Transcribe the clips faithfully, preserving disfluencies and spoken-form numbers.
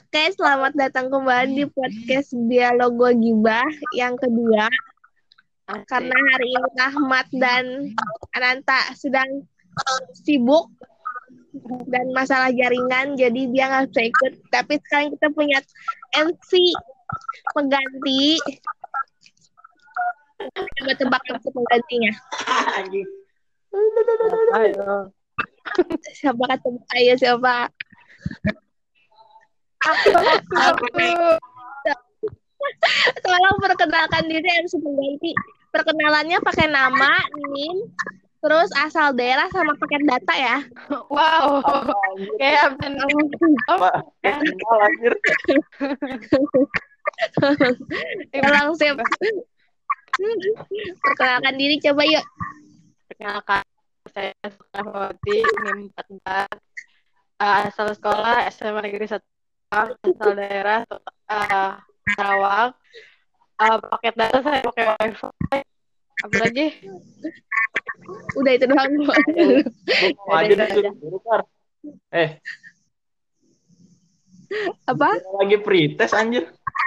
Oke, selamat datang kembali di podcast Dialog Gua Gibah yang kedua. Asik. Karena hari ini Ahmad dan Ananta sedang sibuk dan masalah jaringan, jadi dia nggak bisa ikut. Tapi sekarang kita punya M C pengganti. Coba tebak M C penggantinya. Ayo. Siapa kata ayo siapa? Aku, aku, aku. Tolong perkenalkan diri M C pengganti. Perkenalannya pakai nama, nim, terus asal daerah sama paket data ya. Wow. Kayak absen. Pak, kenal anjir. Tolong sip. Perkenalkan diri coba yuk. Perkenalkan, saya Sukawati, nim empat empat. Uh, asal sekolah S M A Negeri satu, asal daerah uh, Sarawak. Uh, paket data saya pakai wifi. Apa lagi? Udah itu doang. Mau aja disuruh Kar. Eh, Apa? lagi pretest anjir.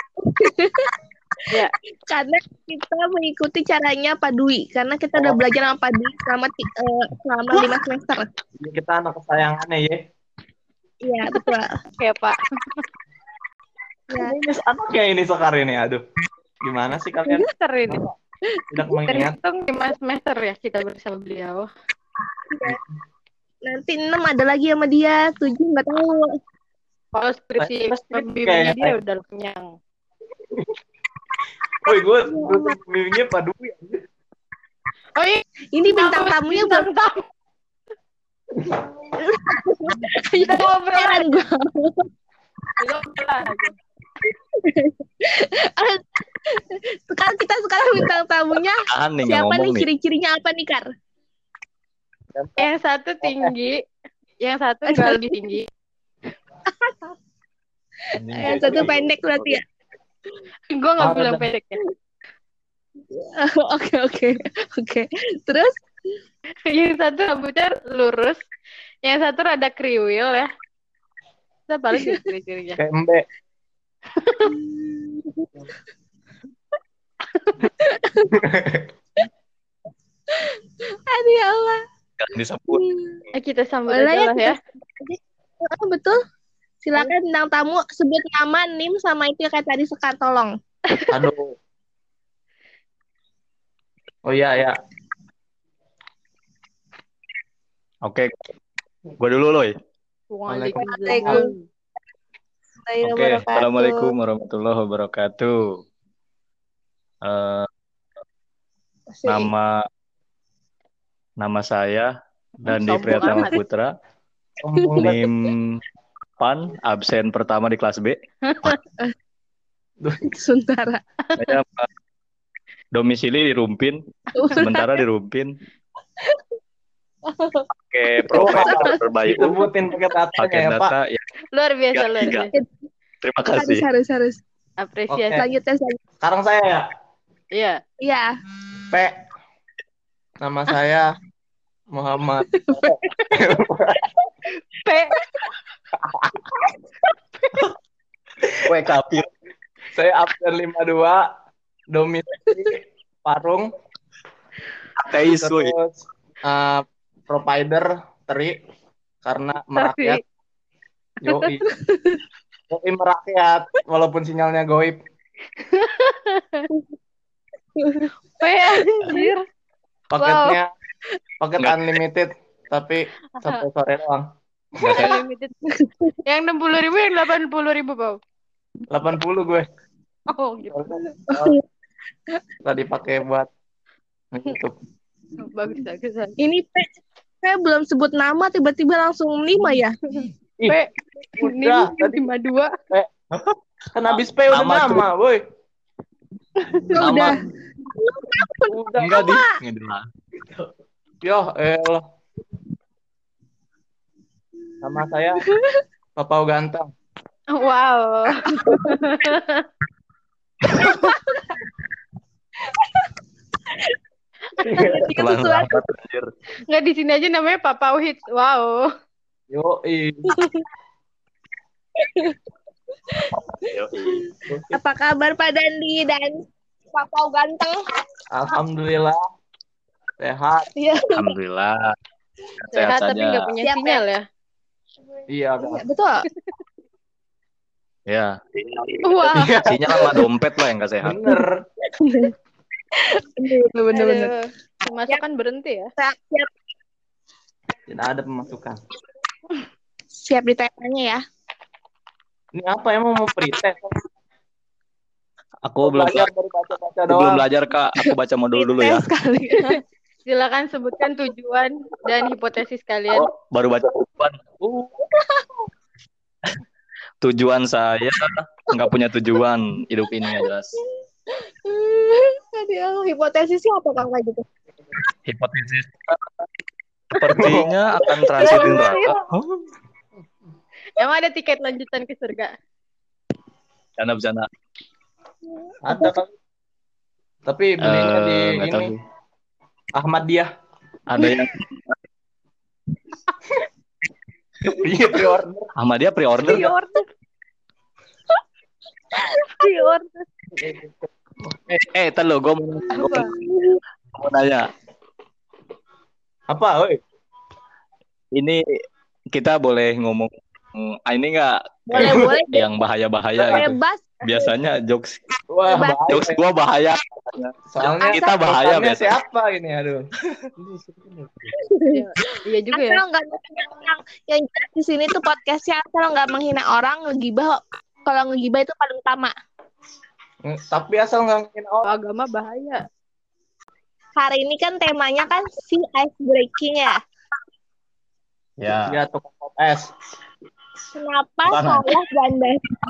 Ya, Karena kita mengikuti caranya Pak Dwi. Karena kita udah belajar sama Pak Dwi selama ti- eh, selama lima semester. Kita anak kesayangannya ya. Iya betul. kayak Pak. Ya. Ini anaknya ini Sekar ini, aduh. Gimana sih kalian? Semester ini. Tidak mengingat. Terhitung lima semester ya kita bersama beliau. Ya. Nanti enam ada lagi sama dia, tujuh nggak tahu. Kalau skripsi Pasti pembimbingnya kayak- dia udah kenyang. Woi, gue gue pembimbingnya Pak Dwi anjir. Oh iya, Ini bintang tamunya buat bintang tamu. Kita ngobrol heran gue. Kita ngobrol aja. Sekarang kita sekarang bintang tamunya Aneh siapa nih, ngomong nih. ciri-cirinya apa nih Kar? Yang satu tinggi, yang satu nggak lebih tinggi. Yang satu pendek berarti ya. Gue nggak Ah, bilang udah. pendek ya. Oke oke oke. Terus Yang satu rambutnya lurus, yang satu rada kriwil ya. Kita balik ya ciri-cirinya. Kayak embe. aduh ya Allah. Jangan disebut. Eh, kita sambut Boleh aja ya lah ya. kita- Oh, betul. Silakan bintang tamu sebut nama, nim sama itu kayak tadi Sekar tolong. Aduh. Oh iya ya. Oke. Gue dulu loh. Waalaikumsalam. Oke. Assalamualaikum warahmatullahi wabarakatuh. Eh, nama nama saya Dandi Sombong Priyatama amat. Putra. Sombong banget. Nim Pan, absen pertama di kelas B. Suntara. Saya eh, domisili di Rumpin. Sementara di Rumpin. Oke, Profesor Bayu. Disebutin pakai tatanya Pakai ya, Pak. data ya. Luar biasa, Tiga, luar tiga. biasa. Terima Harus kasih. harus harus. Apresiasi. Oke. Selanjutnya selanjutnya. Sekarang saya ya. Iya. Iya. P. Nama saya Muhammad. P. Kue kafir. Saya absen lima dua, domisili Parung, Teis, woi. terus uh, provider Teri karena merakyat. Yoi. Yoi merakyat walaupun sinyalnya goib. P anjir. Paketnya paket Nggak. unlimited tapi sampai sore doang. Unlimited. Yang enam puluh ribu, yang delapan puluh ribu, Bau. delapan puluh gue. Oh, gitu. Tadi pakai buat YouTube. Bagus, bagus. bagus. Ini P, saya belum sebut nama tiba-tiba langsung lima ya. Ih, P. Unim udah, tadi lima dua. kan habis P udah Nama tuh. nama, boy. Oh, udah. Udah. Enggak di. Enggak. Yo, elah. Nama saya Papau Ganteng. Wow. Tiga sesuatu. Anjir. Nggak, di sini aja namanya Papa Uhit. Wow. Yo, Apa kabar Pak Dandi dan Pak Pau ganteng? Alhamdulillah sehat. Iya. Alhamdulillah. Sehat Sehat tapi saja. nggak punya Siap, sinyal ya. Iya, Iya, Kak. betul. Ya. Wah. Sinyal sama dompet lah yang gak sehat. Bener. Bener-bener. Aduh. Pemasukan berhenti ya. Siap, siap, Tidak ada pemasukan. siap ditanya ya. Ini apa emang mau pretest? Aku belum belajar baru baca-baca aku belum doang. belajar Kak. Aku baca modul dulu ya. Tes kali. Silakan sebutkan tujuan dan hipotesis kalian. Oh, baru baca tujuan. Uh, Tujuan saya nggak punya tujuan hidup ini ya jelas. Aduh, hipotesisnya apa Kang kayak gitu? Hipotesis sepertinya akan transit di neraka. Emang ada tiket lanjutan ke surga? Bercanda-bercanda. ada kan. Tapi belinya di Eh, nggak tahu ini sih. Ahmadiyah. Ada yang Iya, pre-order. Ahmadiyah pre-order nggak? Pre-order. Pre-order. Eh, eh, tar lo, gue mau, Apa? mau nanya. Apa, woi? Ini kita boleh ngomong ah, ini nggak Boleh, boleh. yang bahaya-bahaya gitu. Bebas. Biasanya jokes Wah, Bebas. bahaya. jokes gua bahaya. Soalnya kita bahaya pesannya biasa. siapa ini, aduh. Iya, iya juga ya. Asal nggak menghina orang. Yang jelas di sini tuh podcastnya asal nggak menghina orang, ngegibah. Kalau ngegibah itu paling utama. Tapi asal nggak ngomongin orang. Agama bahaya. Hari ini kan temanya kan si ice breaking ya. Ya. Ya, tukang pop es. Kenapa Mana? salah ganda?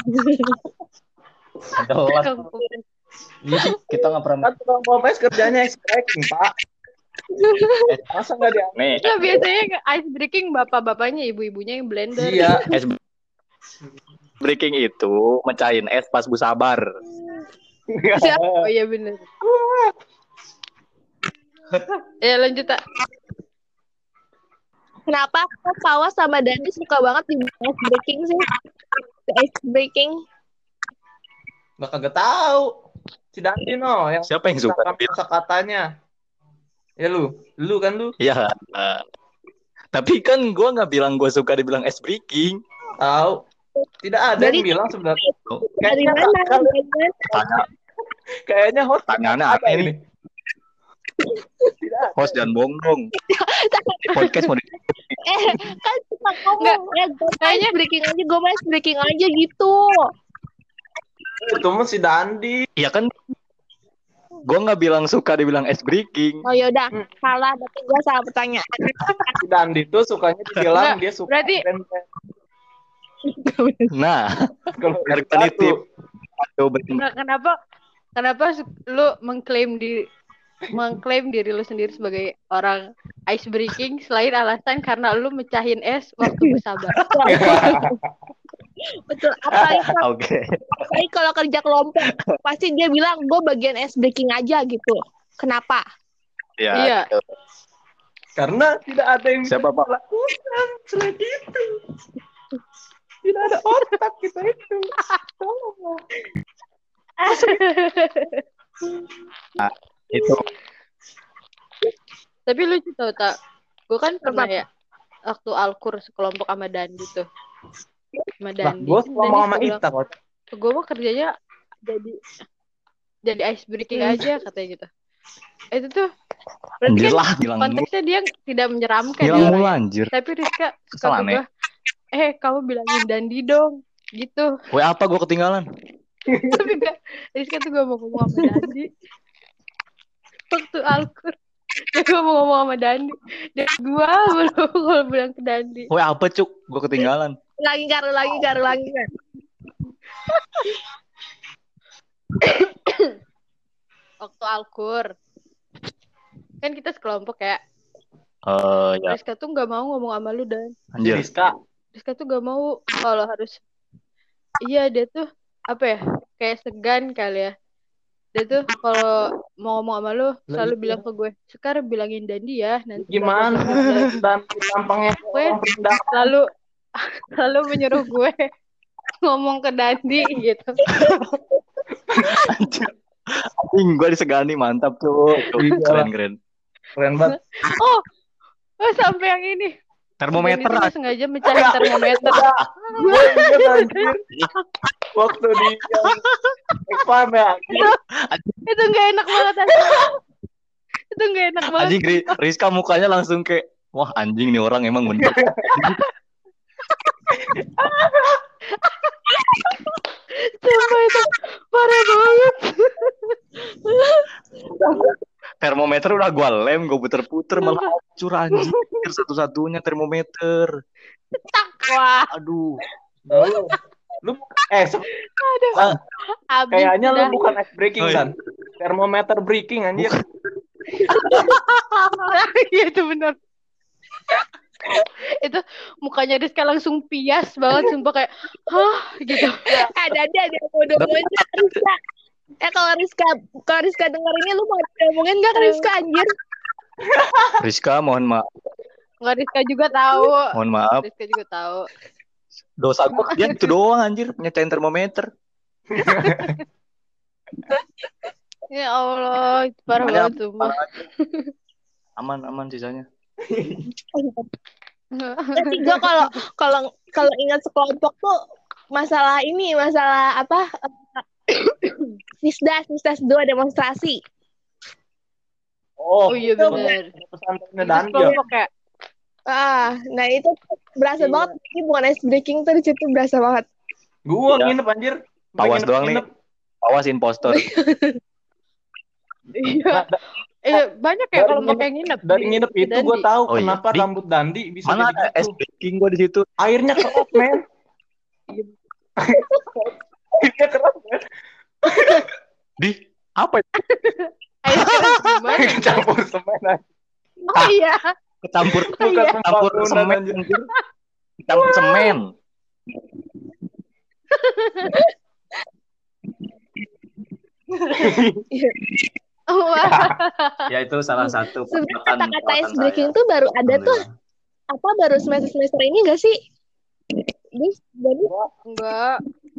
Jelas. Kita nggak pernah. Kan tukang pop es kerjanya extracting, Pak. Masa nggak dia? Nih, Nah, biasanya ice breaking bapak-bapaknya, ibu-ibunya yang blender. Iya. es breaking itu mecahin es pas bu sabar. Oh iya bener. Ya lanjut tak. Kenapa kok Pawa sama Dani suka banget di ice breaking sih? Ice breaking. Nggak kagak tahu. Si Dandi no yang Siapa yang suka? masa katanya. Ya lu, lu kan lu Ya. eh, tapi kan gua nggak bilang gua suka dibilang es breaking. tahu. Tidak ada Jadi- yang bilang sebenarnya. Dari Kayaknya mana? kalau- Dari mana? Tanya, kayaknya host tanyaannya ada apa ini? Tidak ada. Host jangan bohong dong. Podcast mau di- Eh, kan cuma ngomong. Eh, gue Kayaknya- ice breaking aja, gue ice breaking aja gitu. Itu mah si Dandi. Ya kan gua nggak bilang suka dibilang es breaking. Oh yaudah, salah. Berarti gue salah pertanyaan. Si Dandi tuh sukanya dibilang Enggak, dia suka berarti- band-band. Nah, Kalau dari itu penitip. Aduh, bener. Nggak, kenapa kenapa su- lu mengklaim di mengklaim diri lu sendiri sebagai orang ice breaking selain alasan karena lu mecahin es waktu bersabar. Betul. Apalagi kalau, Oke. apalagi kalau kerja kelompok, pasti dia bilang gue bagian ice breaking aja gitu. Kenapa? Ya, Iya. gitu. Karena tidak ada yang bisa Siapa, Pak? lakukan selain itu. Tidak ada otak kita itu. Tolong. Itu Tapi lu tahu tak? Gue kan pernah ya waktu alkur sekelompok sama Dandi tuh. Sama Lah, Dandi. gue ngomong sama Dandi Ita kok. gue mah kerjanya jadi jadi ice breaking aja katanya gitu. Itu tuh berarti anjir kan lah bilang mulu. konteksnya dia tidak menyeramkan Bilang ya mulu orangnya. anjir. Tapi Rizka suka Kesel ke aneh. gue, eh kamu bilangin Dandi dong gitu. Weh apa gua ketinggalan? Tapi enggak, Rizka tuh gue mau ngomong sama Dandi waktu alkur. Dia gue mau ngomong sama Dandi dan gue belum kalau bilang ke Dandi. Weh apa cuk? Gua ketinggalan. Lagi karu lagi karu lagi kan. Waktu alkur kan kita sekelompok ya. Eh ya Rizka tuh nggak mau ngomong sama lu dan anjir. Rizka. Rizka tuh gak mau kalau harus iya dia tuh apa ya kayak segan kali ya. Dia tuh kalau mau ngomong sama lu selalu bilang ke gue, sekarang bilangin Dandi ya nanti Gimana? bakal- Dan tampangnya Gue orang pindah. selalu selalu menyuruh gue ngomong ke Dandi gitu. Anjir. Anjing gue disegani mantap tuh. Tuh, Iya. Keren keren. Keren banget. Oh, oh sampai yang ini. Termometer Dan itu lah. lu sengaja mecahin termometer. Gue inget anjir. Waktu di yang Ekpam ya. Itu nggak enak banget asli. Itu nggak enak banget. Anjing Ri- Rizka mukanya langsung kayak wah anjing nih orang emang bener. Sumpah itu parah banget. Termometer udah gua lem, gua puter-puter malah hancur anjing. Satu-satunya termometer. Wah, Aduh. Lu, lu eh se- Bang, habis kayaknya lu dah. bukan ice breaking Oh, iya. kan? Termometer breaking anjir. Iya itu benar. Itu mukanya Rizka langsung pias banget, sumpah kayak hah gitu. Ada ada ada bodoh-bodohnya Rizka. Eh kalau Rizka kalau Rizka denger ini lu mau ngomongin nggak ke Rizka anjir? Rizka mohon maaf, Nggak, Rizka juga tahu. mohon maaf. Rizka juga tahu. Dosa gua dia itu doang anjir, nyecain termometer. Ya Allah, itu parah Makanya banget sumpah. Aman-aman sisanya. Tapi gue kalau kalau kalau ingat sekelompok tuh masalah ini masalah apa? Sisdas Sisdas dua demonstrasi. Oh, Oh iya itu benar. pesantrennya Itu Dandi ya. kelompok kayak Ah, nah itu berasa Iya. banget. Ini bukan ice breaking tuh di situ berasa banget. Gua Iya. nginep anjir. Gua Awas nginep- doang nih. nginep. Awas impostor. iya. Nah, da- Eh banyak ya Dari kelompok nginep- yang nginep. dari di- nginep di itu gue Dandi. tahu Oh iya. kenapa Di- rambut Dandi bisa Mana jadi ada es gitu. breaking gua di situ. Airnya keras, men. Airnya keras, men. Di apa itu? Ayo gimana? Campur semen aja. Oh iya. Kecampur Bukan campur pembangunan, semen anjir. anjir. Campur semen. Wah. Ya itu salah satu Sebenarnya perbedaan kata-kata ice perawatan breaking saya. tuh baru ada tuh Alhamdulillah. apa baru semester semester ini gak sih? Dis, jadi Enggak.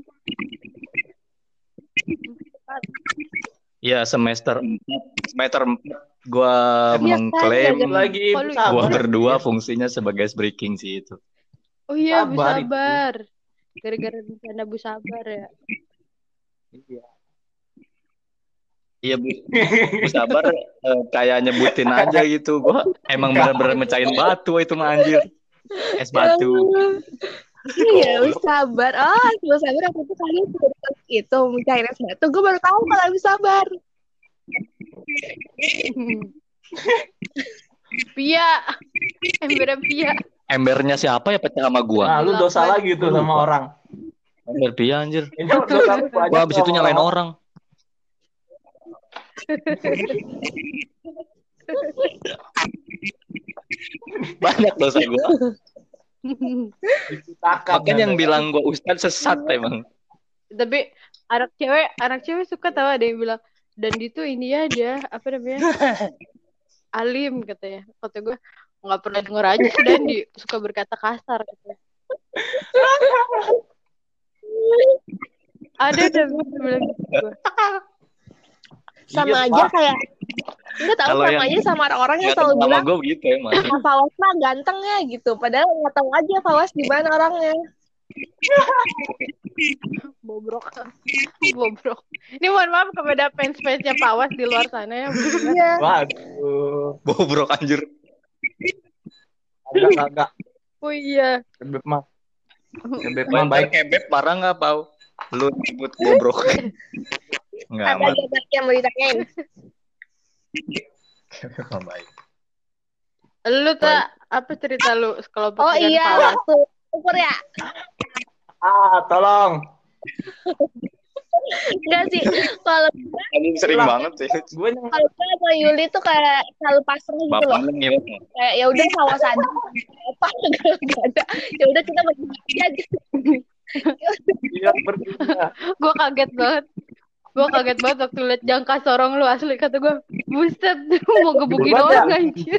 Iya semester empat. Semester empat gua Iya, mengklaim kan, Lagi Oh, lu sabar. gua berdua fungsinya sebagai ice breaking sih itu. Oh iya, Bu Sabar itu. Sabar. Gara-gara bencana Bu Sabar ya. Iya. Iya Bu, Bu Sabar eh, kayak nyebutin aja gitu. Gua emang bener-bener mecahin batu itu mah anjir. Es batu. iya harus sabar. Oh, harus sabar aku tuh kalian sudah itu mencari es batu. Gue baru tahu kalau harus sabar. Pia. Embernya Pia. Embernya siapa ya pecah sama gua? Nah, lu dosa lagi tuh sama orang. Ember Pia anjir. Ini dosa lu banyak Gua abis itu sama nyalain orang. Banyak dosa gua. Diceritakan, Makanya yang kan. bilang gua ustadz sesat emang. Tapi anak cewek, anak cewek suka tahu ada yang bilang dan itu ini ya dia apa namanya? Alim katanya. Kata gue nggak pernah denger aja sih Dandi suka berkata kasar katanya. Ada ada bilang gitu. Sama Iya, aja Pak. kayak enggak tahu Kalau sama yang- aja sama orang-orang yang Nggak selalu tahu sama bilang gua begitu emang. Pak Fawas mah ganteng ya gitu. Padahal nggak tahu aja Fawas di mana orangnya. Bobrok. Bobrok. Ini mohon maaf kepada fans-fansnya Pawas di luar sana ya. Iya. Waduh. Bobrok anjir. Agak agak. Oh iya. Bebek mah. Bebek Main mah baik. kebeb parah nggak Pau? Lu nyebut bobrok. Nggak Ada aman. aja yang mau ditanyain. Nggak baik. Lu tak apa cerita lu sekelompok Oh dengan iya, Pawas? waktu ukur ya. Ah, tolong. Enggak sih. Kalau Anjing sering Ulang. banget sih. Gue yang kalau gue sama Yuli tuh kayak selalu pasrah gitu loh. Bapaknya ngil. Kayak ya udah Fawas ada apa enggak ada. Ya udah kita bagi aja. dia berdua. Gue kaget banget. Gue kaget banget waktu liat jangka sorong lu asli kata gue, buset, lu mau gebukin Gede banget orang ya? anjir.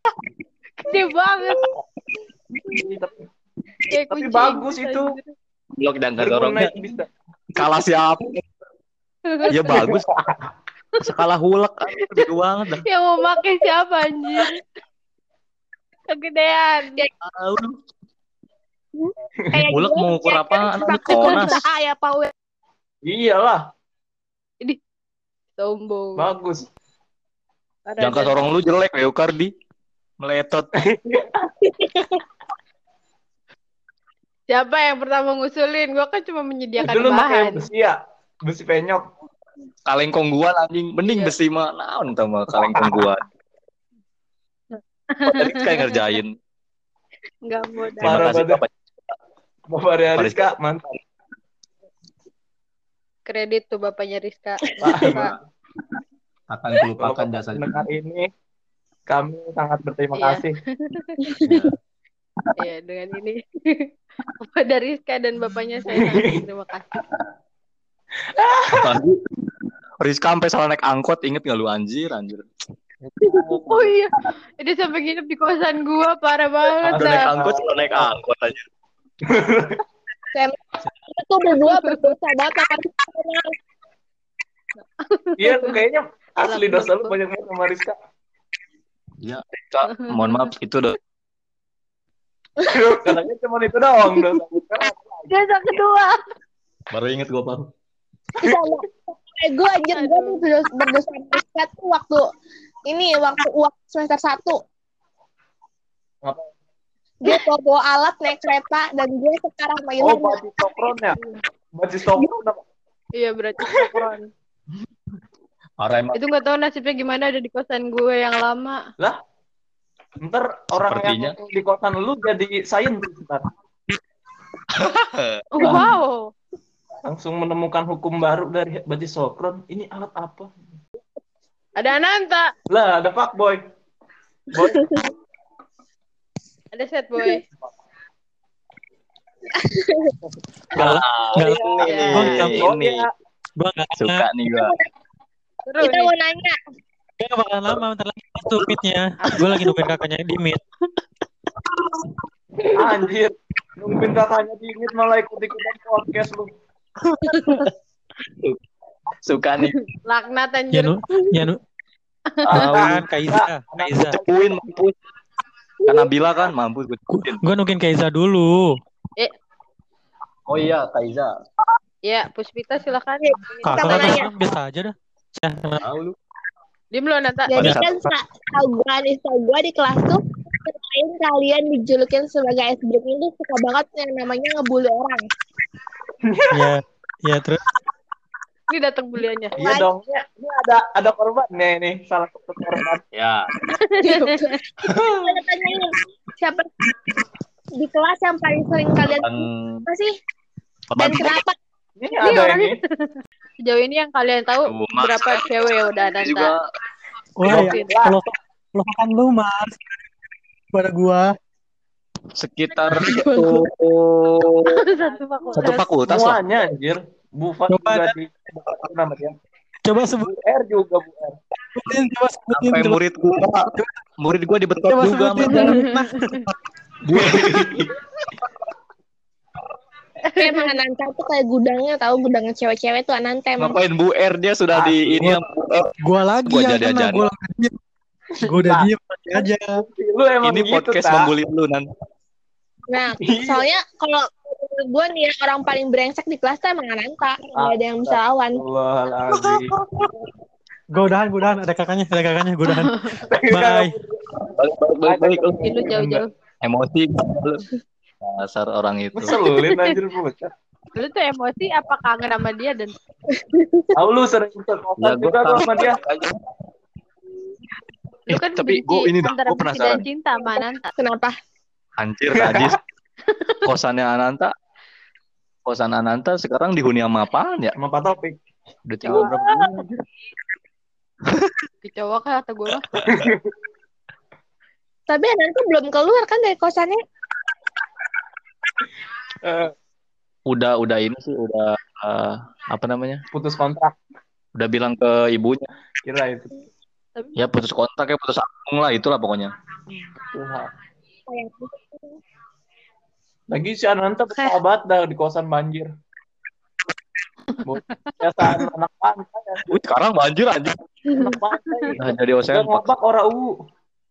Gede banget. Tapi, Kayak tapi kunci bagus Inggris, itu. anjir. Blok Jangka Ntar gua Sorongnya naik bisa. kalah siapa? Ya bagus. Sekala hulek kan bego banget dah. Yang mau pakai siapa anjir? Kegedean. Tahu lu. Kayak Hulek gue mau ukur kan apaan? Lu vaksin Konas. bisa A ya Pak W. Iyalah, Ini sombong. bagus. Parah Jangka dah. Sorong lu jelek ya Kardi. Meletot. Siapa yang pertama ngusulin? Gua kan cuma menyediakan Dulu pakai bahan. besi ya, besi penyok. Kalengkong gua anjing. Mending Iya. besi mah naon tau mah kalengkong gua. Oh, tadi kayak ngerjain. Enggak mau dah. Terima Parah kasih banget. Bapak. Bapak Rizka, mantap. Kredit tuh bapaknya Rizka. Pak, Pak. Akan kalau melupakan Bapak jasa mendengar ini, kami sangat berterima Iya. kasih. Iya, dengan ini kepada Rizka dan bapaknya saya sangat terima kasih. Tadi Rizka sampai salah naik angkot, inget gak lu anjir anjir. Oh iya, dia sampai nginep di kosan gua, parah banget Udah naik dah. angkot, salah naik angkot aja. Itu berdua berdosa banget sama Rizka. Iya, kayaknya asli dosa lu banyak banget sama Rizka. Iya, Rizka, mohon maaf itu udah Katanya cuma itu doang dosa. Dosa kedua. baru inget gua baru. Sama kayak gue anjir gue tuh berdosa berdosa sama Rizka tuh waktu ini waktu uang semester satu. Apa? Dia bawa, bawa alat naik kereta dan gue sekarang sama Oh, Ilham. baci stokron ya? Baci stokron apa? Iya, berarti stokron. Parah emang. Itu nggak tahu nasibnya gimana ada di kosan gue yang lama. Lah, ntar orang Sepertinya. yang di kosan lu jadi scientist ntar. Oh, wow. Langsung menemukan hukum baru dari baci stokron. Ini alat apa? Ada Ananta, Lah, ada fuckboy. Boy. ada set boy. Nah, Nggak- ini nih, Gua nggak- ini Gua gak suka nih gua. Seru Kita nih. mau nanya, Gak bakalan lama, bentar lagi masuk meet-nya. Gue lagi nungguin kakaknya di meet. Anjir. Nungguin kakaknya dingin malah ikut-ikutan podcast lu. Suka nih. Laknat Ya anjir. nu, ya nu. Ah, Kan Kaiza, Kaiza. Cepuin mampus. Karena Bila kan mampus gue cepuin. Gue nungguin Kaiza dulu. Oh iya, Kaiza. Ya, Puspita silakan. Kakak Kita mau kan nanya. biasa aja dah. Ya, Tahu lu. Diem lu Ananta. jadi Pada kan tau gue nih, tau gue di kelas tuh selain kalian dijulukin sebagai S B itu suka banget yang namanya ngebully orang. ya, ya terus. Ini datang buliannya. Iya dong. Ini, ini ada ada korbannya nih, salah satu korban. Ya. Saya tanyain siapa di kelas yang paling sering kalian Korban apa sih korban dan kenapa? Ini Ini ada orangnya. ini. Sejauh ini yang kalian tahu Tuh, Mas. berapa cewek ya udah Ananta? juga Wah, ya. Kalau kalau kan lu Mas pada gua. sekitar satu Satu fakultas. satu fakultas lah. Semuanya anjir. Bu Fat Coba juga ada- di nama dia. Coba Bu sebutin, R juga Bu R. coba sebutin, Sampai coba, murid gua, murid gua dibetot coba juga. sebutin. Man. Nah, Emang Ananta tuh kayak gudangnya tahu gudangnya cewek-cewek tuh Ananta emang. Ngapain Bu R dia sudah di ini yang Bu R. gua lagi Gua yang jadi kena, ajarin. gua lagi diem. Gua udah Nah. diem aja. Lu emang Ini gitu, podcast Ta. membuli lu nanti. Nah, Iya. soalnya kalau gue nih ya, orang paling brengsek di kelas tuh emang Ananta, nggak ada yang bisa lawan. Astagfirullahaladzim. Gua udahan, gua udahan. Ada kakaknya, ada kakaknya, gua udahan. Bye. Balik balik balik, balik. Ini jauh-jauh. Emosi lu. Dasar orang itu. Ngeselin anjir bocah. Lu tuh emosi apa kangen sama dia dan Tahu lu sering Ya berkosan gua juga lu sama dia. lu kan Eh, tapi benci gua ini dah, antara gua benci penasaran. dan cinta sama Ananta. Kenapa? Anjir najis. Kosannya Ananta. Kosan Ananta sekarang dihuni sama apaan ya? Sama Pak Topik. Udah tinggal berapa bulan aja. Kecowok kan kata gue mah. Tapi Ananta belum keluar kan dari kosannya? Eh, Udah udah ini sih udah eh, apa namanya? putus kontrak. Udah bilang ke ibunya. Kira itu. Ya putus kontak ya putus akung lah itulah pokoknya. Tuhan. Kayak Lagi si Ananta bersahabat dah di kosan banjir. Biasaan anak pantai. Ya. Wih, sekarang banjir aja. Anak pantai. Nah, jadi Udah osen ngobak ora u.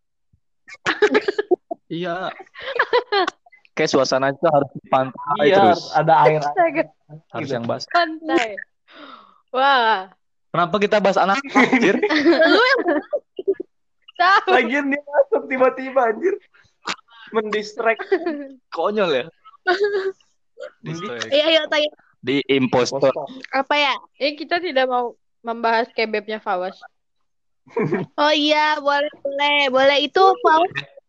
Iya. Kayak suasana itu harus di pantai Iya, terus. ada air. Astaga. Harus Gitu. yang basah. Pantai. Wah. Kenapa kita bahas anak anjir? Lu yang Tahu. Lagian dia masuk tiba-tiba anjir. Mendistract. Konyol ya. Iya, ayo tanya Di impostor. apa ya? Eh, kita tidak mau membahas kebabnya Fawas. Oh iya, boleh boleh. Boleh itu Paul.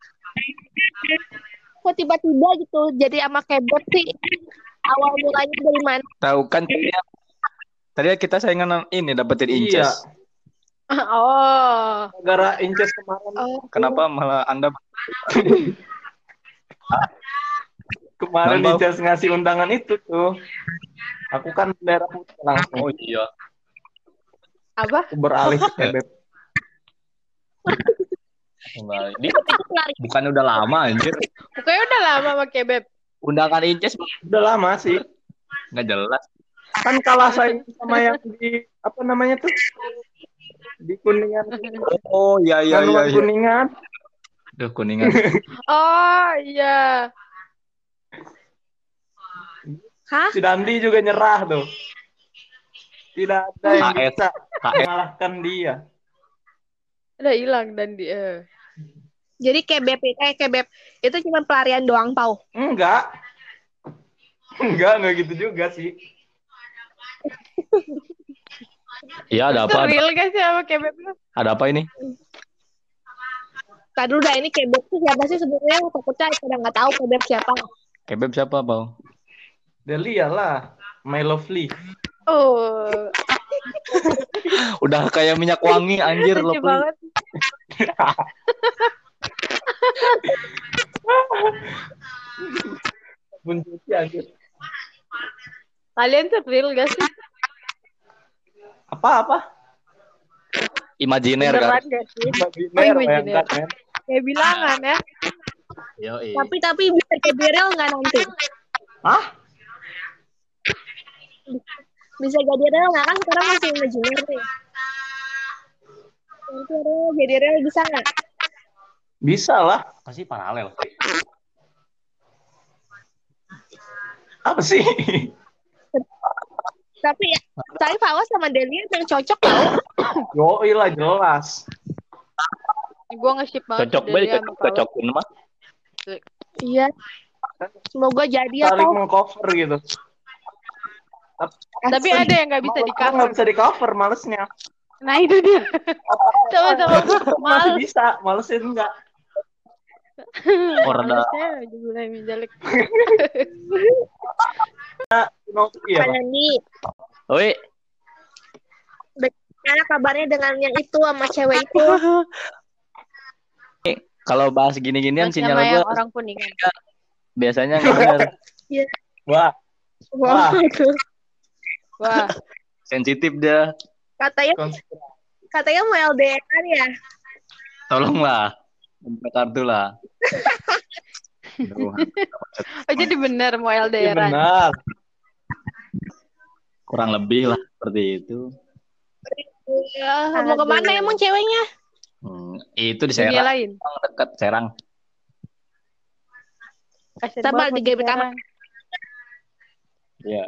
Kok tiba-tiba gitu jadi sama kebab sih? Awal mulanya dari mana? Tahu kan tadi tadi kita saingan ini dapetin Iya. inces. Oh. Gara inces kemarin. Oh, Kenapa malah Anda Kemarin Nambah. inces ngasih undangan itu tuh. Aku kan daerah putih langsung. Oh iya. Apa? Aku beralih ke kebab. Kembali. Di, itu pelari. bukan udah lama anjir. Pokoknya udah lama sama kebab. Undangan inces Udah lama sih. nggak jelas. Kan kalah saya sama yang di apa namanya tuh? Di Kuningan. Oh iya iya iya. Manuan iya. Kuningan. Duh kuningan. Oh iya. Hah? Si Dandi juga nyerah tuh. Tidak ada yang H S. bisa H S. mengalahkan dia. Udah hilang dan dia. Jadi kebab eh kebab itu cuma pelarian doang, Pau. Enggak. Enggak, enggak gitu juga sih. Iya ada Itu apa? real gak sih sama kebab lu? Ada apa ini? Tadi udah ini kebab tuh siapa sih sebenarnya? Takutnya pada nggak tahu kebab siapa. Kebab siapa, Bang? Delia lah. My lovely. Oh. Udah kayak minyak wangi anjir lo. Lucu banget. Buncuti anjir. Kalian tuh real gak sih? Apa-apa? Imajiner kan? Beneran gak sih? Imajiner, Oh, imajiner. bayangkan, men. Kayak bilangan ya. Yo, Tapi tapi bisa jadi real nggak nanti? Hah? Bisa jadi real nggak kan sekarang masih imajiner nih. Nanti real jadi real bisa nggak? Bisa lah. Pasti paralel. Apa sih? Tapi tapi Fawas sama Delia yang cocok tau. Yoi lah jelas. Gue nge-ship banget. Cocok Delia banget sama cocok Pawas. cocokin mah. Iya. Semoga jadi ya Saling tau. mengcover gitu. Tapi ada yang gak bisa di Nggak cover. bisa di cover, malesnya. Nah itu dia. Sama-sama Masih males. bisa, malesin enggak. Orang dah. Malesnya juga mulai menjelek. No, iya. Mana nih? Oi, Gimana kabarnya dengan yang itu sama cewek itu? kalau bahas gini-ginian Masih sinyal sama yang gua orang kuningan. biasanya nggak bener. Wah, Wah, Wah. Sensitif dia. katanya konspirasi. katanya mau L D R ya? Tolonglah. Minta kartu lah. Aduh, Oh jadi bener mau Iya L D R-an. benar. kurang lebih lah seperti itu. Ya, mau Aduh. kemana emang ceweknya? Hmm, itu di Dunia Serang, lain. dekat Serang. Kasian Sama banget di G B K sekarang. Iya.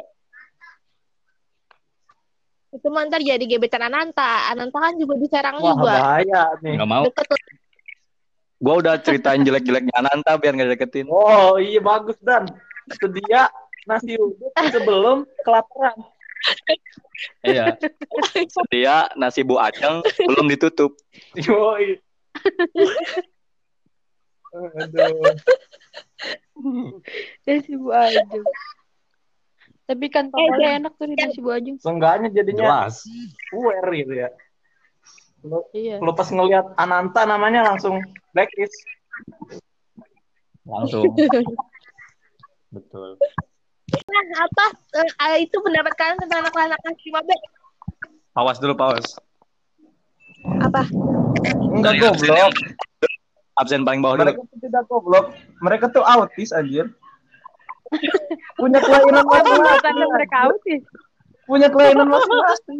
Itu mah ntar jadi gebetan Ananta. Ananta kan juga di Serang Wah, juga. bahaya nih. Nggak mau. Deket tuh. Gua udah ceritain jelek-jeleknya Ananta biar nggak deketin. Oh, iya bagus Dan. Sedia nasi uduk sebelum kelaparan. Iya. Sedia nasi Bu Aceng belum ditutup. Yoi. Aduh. Dia si Bu Ajeng. Tapi kan Eh, tokolnya Dan. enak tuh di si Bu Ajeng. Seenggaknya jadinya Jelas. aware gitu ya. Lu, Iya. lu pas ngelihat Ananta namanya langsung blacklist. Langsung. Betul. Nah, apa eh, itu pendapat kalian tentang anak-anak kelas lima B? Awas dulu, awas. Apa? Enggak goblok. Absen paling bawah dulu. Mereka tuh tidak goblok. Mereka tuh autis anjir. Punya kelainan masing-masing. Tanda mereka autis. Punya kelainan masing-masing.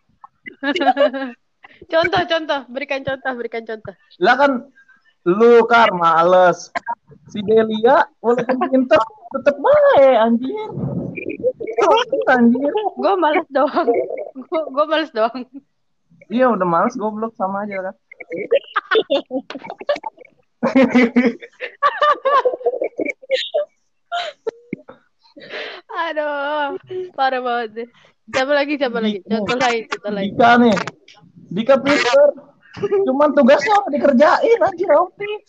Contoh, contoh, berikan contoh, berikan contoh. Lah kan lu Kar males. Si Delia walaupun pintar tetep baik anjir. Anjir. Gue males doang. Gue gue males doang. Iya udah males goblok sama aja kan. Aduh, parah banget deh. Siapa lagi, siapa lagi? Contoh lain, contoh lain. Dika nih. Dika pintar. Cuman tugasnya apa dikerjain anjir autis.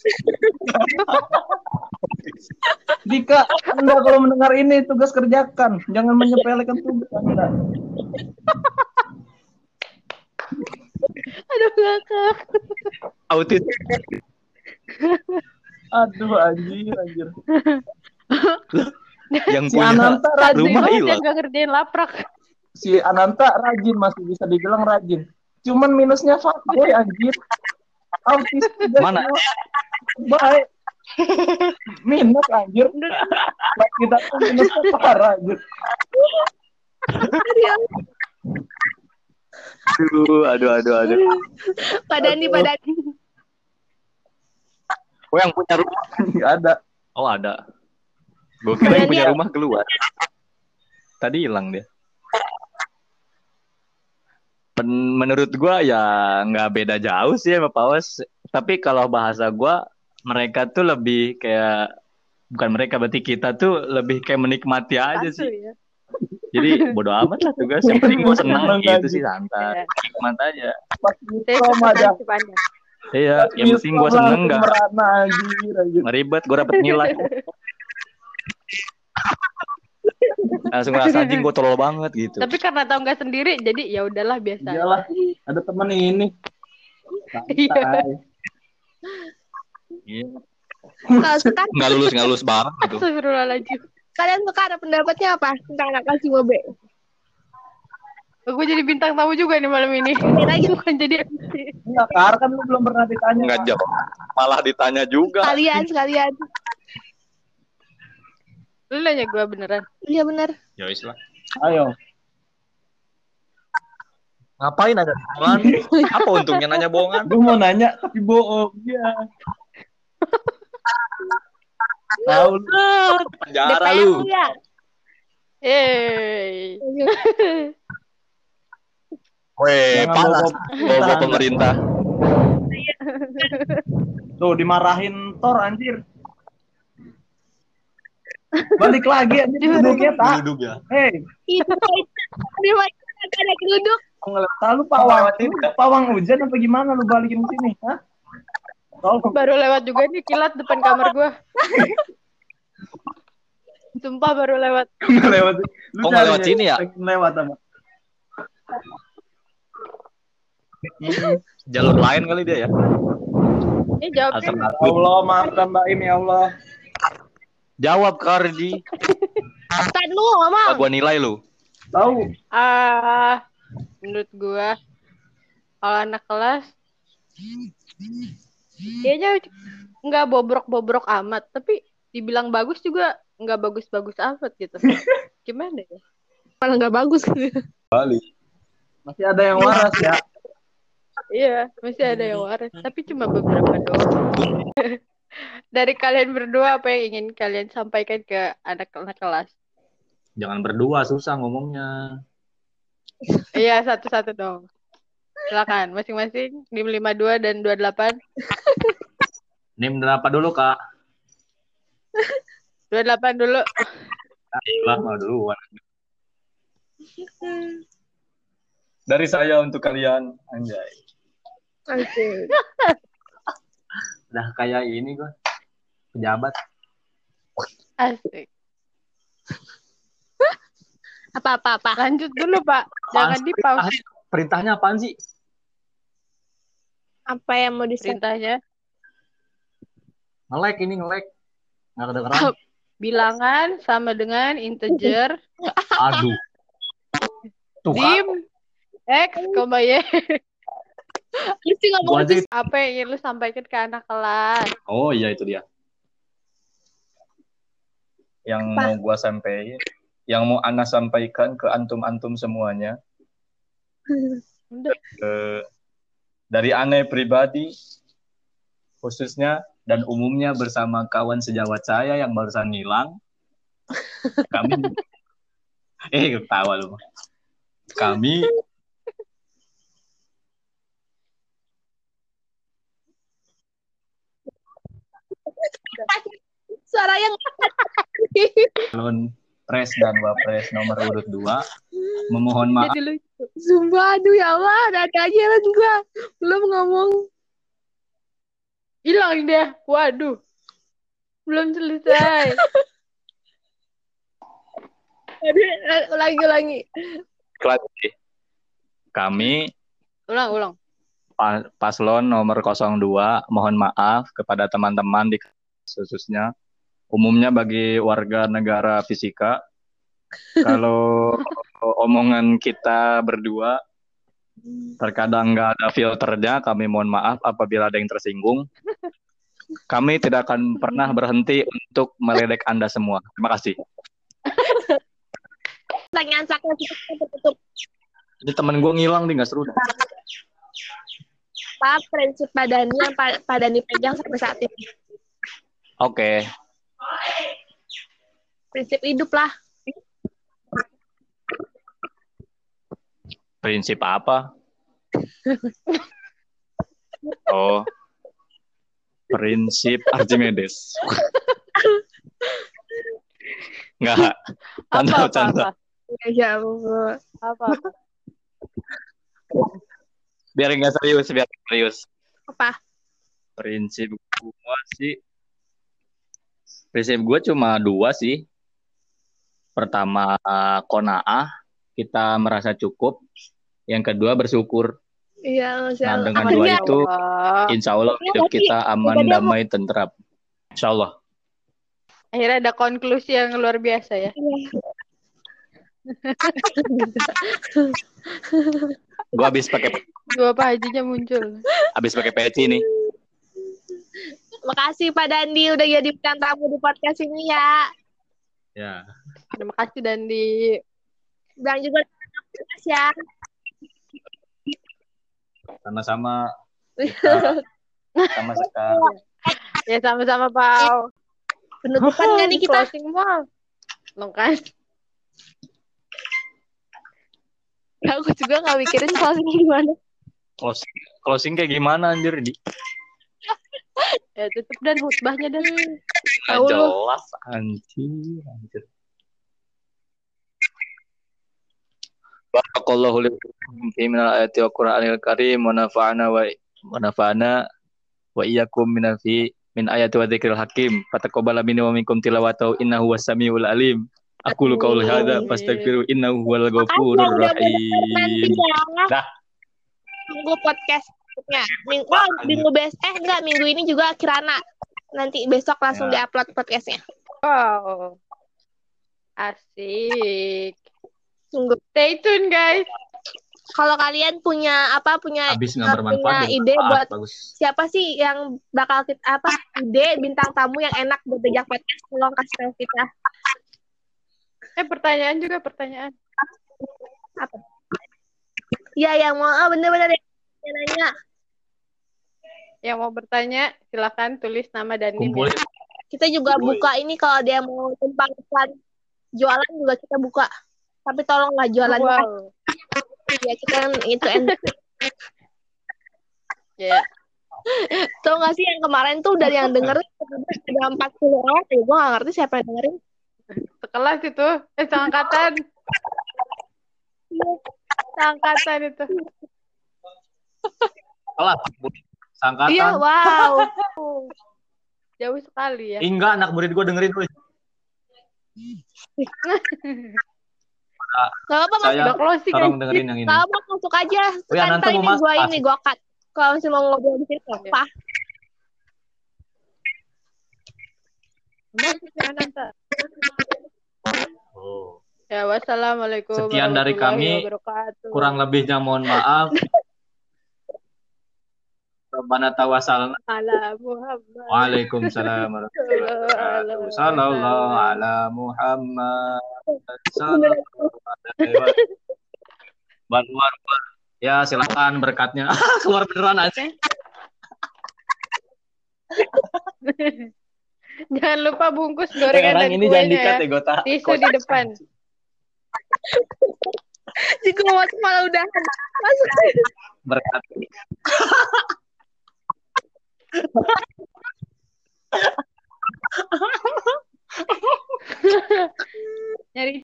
Dika, Anda kalau mendengar ini tugas kerjakan, jangan menyepelekan tugas Anda. Aduh, ngakak. Autis. Aduh anjir anjir. Yang Si punya Ananta rajin, rumah Gue hilang. gak ngerjain laprak. si Ananta rajin masih bisa dibilang rajin. Cuman minusnya fuckboy anjir. Autis tugas Mana? semua. Baik. Minus anjir. Like kita tuh minusnya parah anjir. Aduh, aduh, aduh, aduh. Padani, Padani. Oh, yang punya rumah. Enggak ada. Oh, ada. Gue kira yang Padani punya ya? rumah keluar. Tadi hilang dia. Pen- menurut gua ya nggak beda jauh sih sama Paus. Tapi kalau bahasa gua, mereka tuh lebih kayak, bukan mereka, berarti kita tuh lebih kayak menikmati aja Satu sih. ya. Jadi bodo amat lah tugas. Yang penting gua senang Senang gitu aja. sih, santai. Nikmat aja. Pas Saya diplom aja. si Pandang. Iya, Pas yang penting gua diplom seneng langsung nggak merana anjir anjir. nggak ribet, gua dapet nilai. Langsung ngerasa anjing gua tolol banget gitu. Tapi karena tahu nggak sendiri, jadi ya udahlah biasa. Iyalah, ada temen ini. Iya. Santai. Iya. Kalau sekarang Nggak lulus nggak lulus bareng gitu. Astagfirullahaladzim. kalian sekarang pendapatnya apa tentang anak kelas lima B? Gue jadi bintang tamu juga nih malam ini. Bukan jadi M C. Enggak, Kar, kan lu belum pernah ditanya. Nggak jawab. Malah ditanya juga. Kalian sekalian. Lu nanya gue beneran. Iya benar. Ya wis lah. Ayo. Ngapain nanya bohongan? Apa untungnya nanya bohongan? Gue mau nanya tapi bohong. Iya. Tahu lu. Penjara D P R lu. ya. Eh. Weh, Jangan panas. bawa- Bawa pemerintah. Tuh dimarahin Thor anjir. Balik lagi anjir duduknya tak. Duduk ya. Hei, Itu dia masih ada duduk. lalu pawang pawang hujan apa gimana lu balikin ke sini, hah? Tolong. Baru lewat juga nih kilat depan kamar gue. Sumpah baru lewat. lewat. Lu Oh, nggak cari lewat sini ya? pengen lewat apa? Jalur lain kali dia ya. Ini jawabnya. Alternatif. Ya Allah, maafkan Mbak Im ya Allah. Jawab Kardi. Kan lu ngomong. Gua nilai lu. Tahu? Ah, menurut gue kalau anak kelas kayaknya nggak bobrok-bobrok amat, tapi dibilang bagus juga nggak bagus-bagus amat gitu. Gimana ya? Malah nggak bagus. Masih ada yang waras ya. Iya, masih ada yang waras, tapi cuma beberapa doang. Dari kalian berdua, apa yang ingin kalian sampaikan ke anak-anak kelas? Jangan berdua, susah ngomongnya. Iya, satu-satu dong. Silakan, masing-masing. Nim lima puluh dua dan dua puluh delapan. Nim berapa dulu, Kak? dua puluh delapan dulu. Lah, mau duluan. Dari saya untuk kalian, anjay. Oke. Udah kayak ini gua. Pejabat. Asik. Apa-apa-apa. Lanjut dulu, Pak. Jangan di pause. Perintahnya apaan sih? Apa yang mau disebut? Perintahnya. Nge-lag ini, nge-lag. Nggak kedengeran. Bilangan sama dengan integer. Aduh. Tuh, Kak. Dim. X, koma Y. Mesti Gua ngomong aja. Apa yang ingin lu sampaikan ke anak kelas? Oh iya, itu dia. yang Apa? mau gua sampaikan, yang mau Ana sampaikan ke antum-antum semuanya. Udah. Eh, dari Ana pribadi khususnya dan umumnya bersama kawan sejawat saya yang barusan hilang, kami eh ketawa lu. Kami Suara yang calon pres dan wapres nomor urut dua memohon maaf. Jadi lucu. Sumpah, aduh ya Allah, ada aja kan gua belum ngomong. Hilang dia. Waduh. Belum selesai. Aduh, ulangi ulangi. Lagi. Kami Ulang, ulang. pa- paslon nomor nol dua mohon maaf kepada teman-teman di khususnya umumnya bagi warga negara fisika kalau omongan kita berdua terkadang nggak ada filternya, kami mohon maaf apabila ada yang tersinggung. Kami tidak akan pernah berhenti untuk meledek Anda semua. Terima kasih. Pertanyaan sakit kita tutup. Ini temen gue ngilang nih, nggak seru. Apa prinsip Pak Dani yang Pak Pak Dani pegang sampai saat ini? Oke. Prinsip hidup lah. Prinsip apa? Oh, prinsip Archimedes. Nggak, Apa, apa, canda-canda. apa? Ya Allah. Apa, apa? Biar nggak serius, biar nggak serius. Apa? Prinsip gua sih, prinsip gua cuma dua sih. Pertama, qanaah, kita merasa cukup. Yang kedua, bersyukur. Iya, Masya Nah, Allah. dengan Akhirnya, dua itu, Allah. insya Allah Iya, hidup tapi kita aman, ibadah damai, tentram. Insya Allah. Akhirnya ada konklusi yang luar biasa ya. Gua habis pakai Dua Pak Hajinya muncul. habis pakai peci nih. Makasih Pak Dandi udah jadi bintang tamu di podcast ini ya. Ya. Terima kasih Dandi. Bilang juga podcast ya. Sama-sama kita sama sekali. Ya sama-sama Pau. Penutupan nggak nih kita? Closing mal. Lo kan. Aku juga nggak mikirin closing gimana. Closing, closing kayak gimana anjir di? Ya tutup dan khutbahnya dan. Nggak Tahu lu. jelas anjir, anjir. Barakallahu lakum fi minal ayati wa Qur'anil karim wa nafa'ana wa wa nafa'ana wa iyyakum min fi min ayati wa dzikril hakim. Fataqabbala minni wa minkum tilawatahu innahu was-sami'ul alim. Aku lu qaul hadza fastaghfiru innahu huwal ghafurur rahim. Dah. Tunggu podcast berikutnya. Minggu, oh, minggu bes eh enggak minggu ini juga Kirana. Nanti besok langsung Ya. diupload podcastnya. Wow. Asik. Tunggu. Stay tune guys. Kalau kalian punya apa punya Habis uh, nggak punya bermanfaat dan ide bermanfaat, buat bagus. siapa sih yang bakal kita apa ide bintang tamu yang enak buat diajak podcast, tolong kasih tahu kita. Eh pertanyaan juga pertanyaan. Apa? Ya yang mau oh, bener-bener yang nanya. Yang mau bertanya silakan tulis nama dan NIM ya. Kumpulin. Kita juga Kumpulin. buka ini kalau dia mau tumpang iklan jualan juga kita buka. Tapi tolonglah jualan. Wow. Ya kita kan itu end. Ya. Tau gak sih yang kemarin tuh dari yang denger ada empat puluh orang, ya gue gak ngerti siapa yang dengerin. Sekelas itu. Eh seangkatan. Seangkatan itu. Alah, sangkatan. Iya, wow. Jauh sekali ya. Eh, enggak, anak murid gue dengerin gue. Gak apa-apa, masuk. Saya Udah closing tolong aja. dengerin yang ini. Gak apa masuk aja. Oh ya, nanti Sekarang mau ini masuk. gue ini, gue cut. Kalau masih mau ngobrol di sini, gak apa. Masuk ya, Nanta. Oh. Ya, wassalamualaikum Sekian dari warahmatullahi kami. wabarakatuh. Kurang lebihnya mohon maaf. Rabbana tawassalna. Ala Muhammad. Waalaikumsalam warahmatullahi wabarakatuh. Sallallahu ala Muhammad. Sallallahu alaihi wasallam. Ya, silakan berkatnya. Keluar beneran aja. Jangan lupa bungkus gorengan Orang dan ini jangan kuenya dikat ya. ya, Gota. Tisu di depan. Jika mau malah udah masuk. Berkat.